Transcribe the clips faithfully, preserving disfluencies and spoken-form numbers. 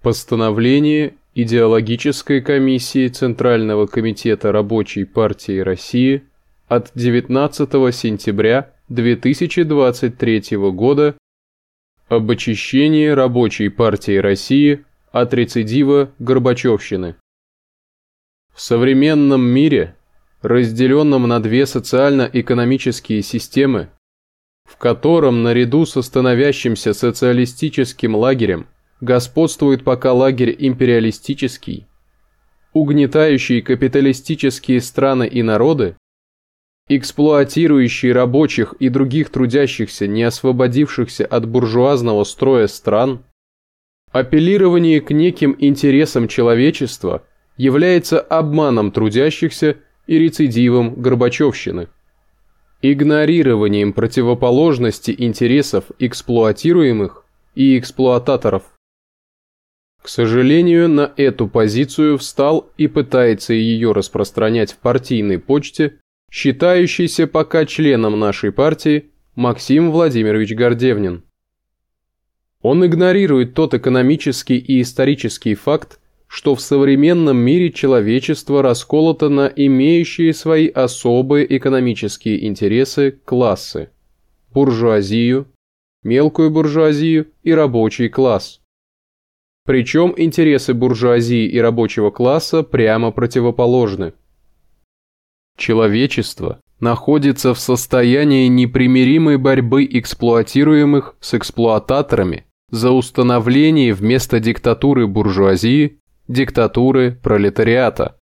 Постановление Идеологической комиссии Центрального комитета Рабочей партии России от девятнадцатого сентября две тысячи двадцать третьего года об очищении Рабочей партии России от рецидива Горбачевщины. В современном мире, разделенном на две социально-экономические системы, в котором наряду со становящимся социалистическим лагерем господствует пока лагерь империалистический, угнетающий капиталистические страны и народы, эксплуатирующий рабочих и других трудящихся, не освободившихся от буржуазного строя стран, апеллирование к неким интересам человечества является обманом трудящихся и рецидивом Горбачевщины, игнорированием противоположности интересов эксплуатируемых и эксплуататоров. К сожалению, на эту позицию встал и пытается ее распространять в партийной почте считающийся пока членом нашей партии Максим Владимирович Гордевнин. Он игнорирует тот экономический и исторический факт, что в современном мире человечество расколото на имеющие свои особые экономические интересы классы – буржуазию, мелкую буржуазию и рабочий класс. Причем интересы буржуазии и рабочего класса прямо противоположны. Человечество находится в состоянии непримиримой борьбы эксплуатируемых с эксплуататорами за установление вместо диктатуры буржуазии диктатуры пролетариата.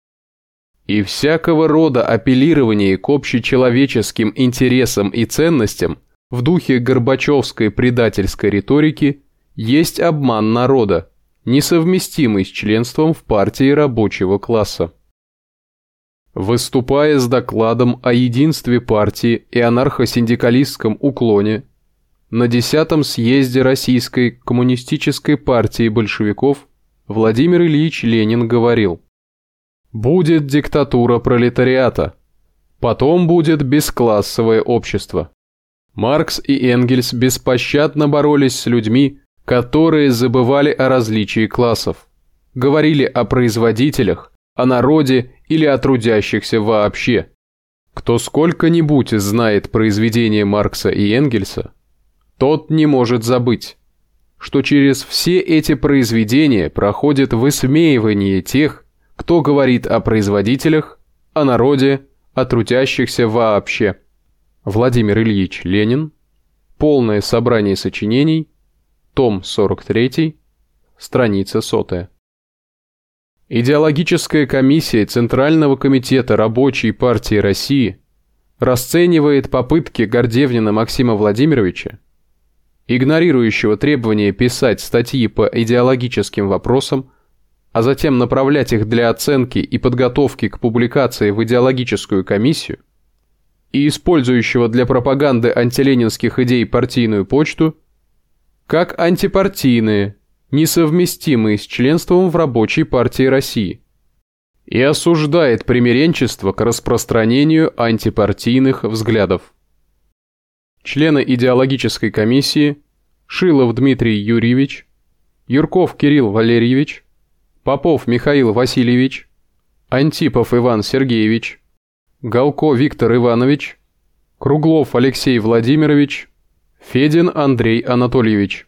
И всякого рода апеллирование к общечеловеческим интересам и ценностям в духе горбачевской предательской риторики есть обман народа, несовместимый с членством в партии рабочего класса. Выступая с докладом о единстве партии и анархосиндикалистском уклоне на десятом съезде Российской коммунистической партии большевиков, Владимир Ильич Ленин говорил: «Будет диктатура пролетариата, потом будет бесклассовое общество». Маркс и Энгельс беспощадно боролись с людьми, которые забывали о различии классов, говорили о производителях, о народе или о трудящихся вообще. Кто сколько-нибудь знает произведения Маркса и Энгельса, тот не может забыть, что через все эти произведения проходит высмеивание тех, кто говорит о производителях, о народе, о трудящихся вообще. Владимир Ильич Ленин. Полное собрание сочинений. Том сорок три. Страница сотая. Идеологическая комиссия Центрального комитета Рабочей партии России расценивает попытки Гордевнина Максима Владимировича, игнорирующего требования писать статьи по идеологическим вопросам, а затем направлять их для оценки и подготовки к публикации в идеологическую комиссию, и использующего для пропаганды антиленинских идей партийную почту, как антипартийные, несовместимые с членством в Рабочей партии России, и осуждает примиренчество к распространению антипартийных взглядов. Члены идеологической комиссии: Шилов Дмитрий Юрьевич, Юрков Кирилл Валерьевич, Попов Михаил Васильевич, Антипов Иван Сергеевич, Галко Виктор Иванович, Круглов Алексей Владимирович, Федин Андрей Анатольевич.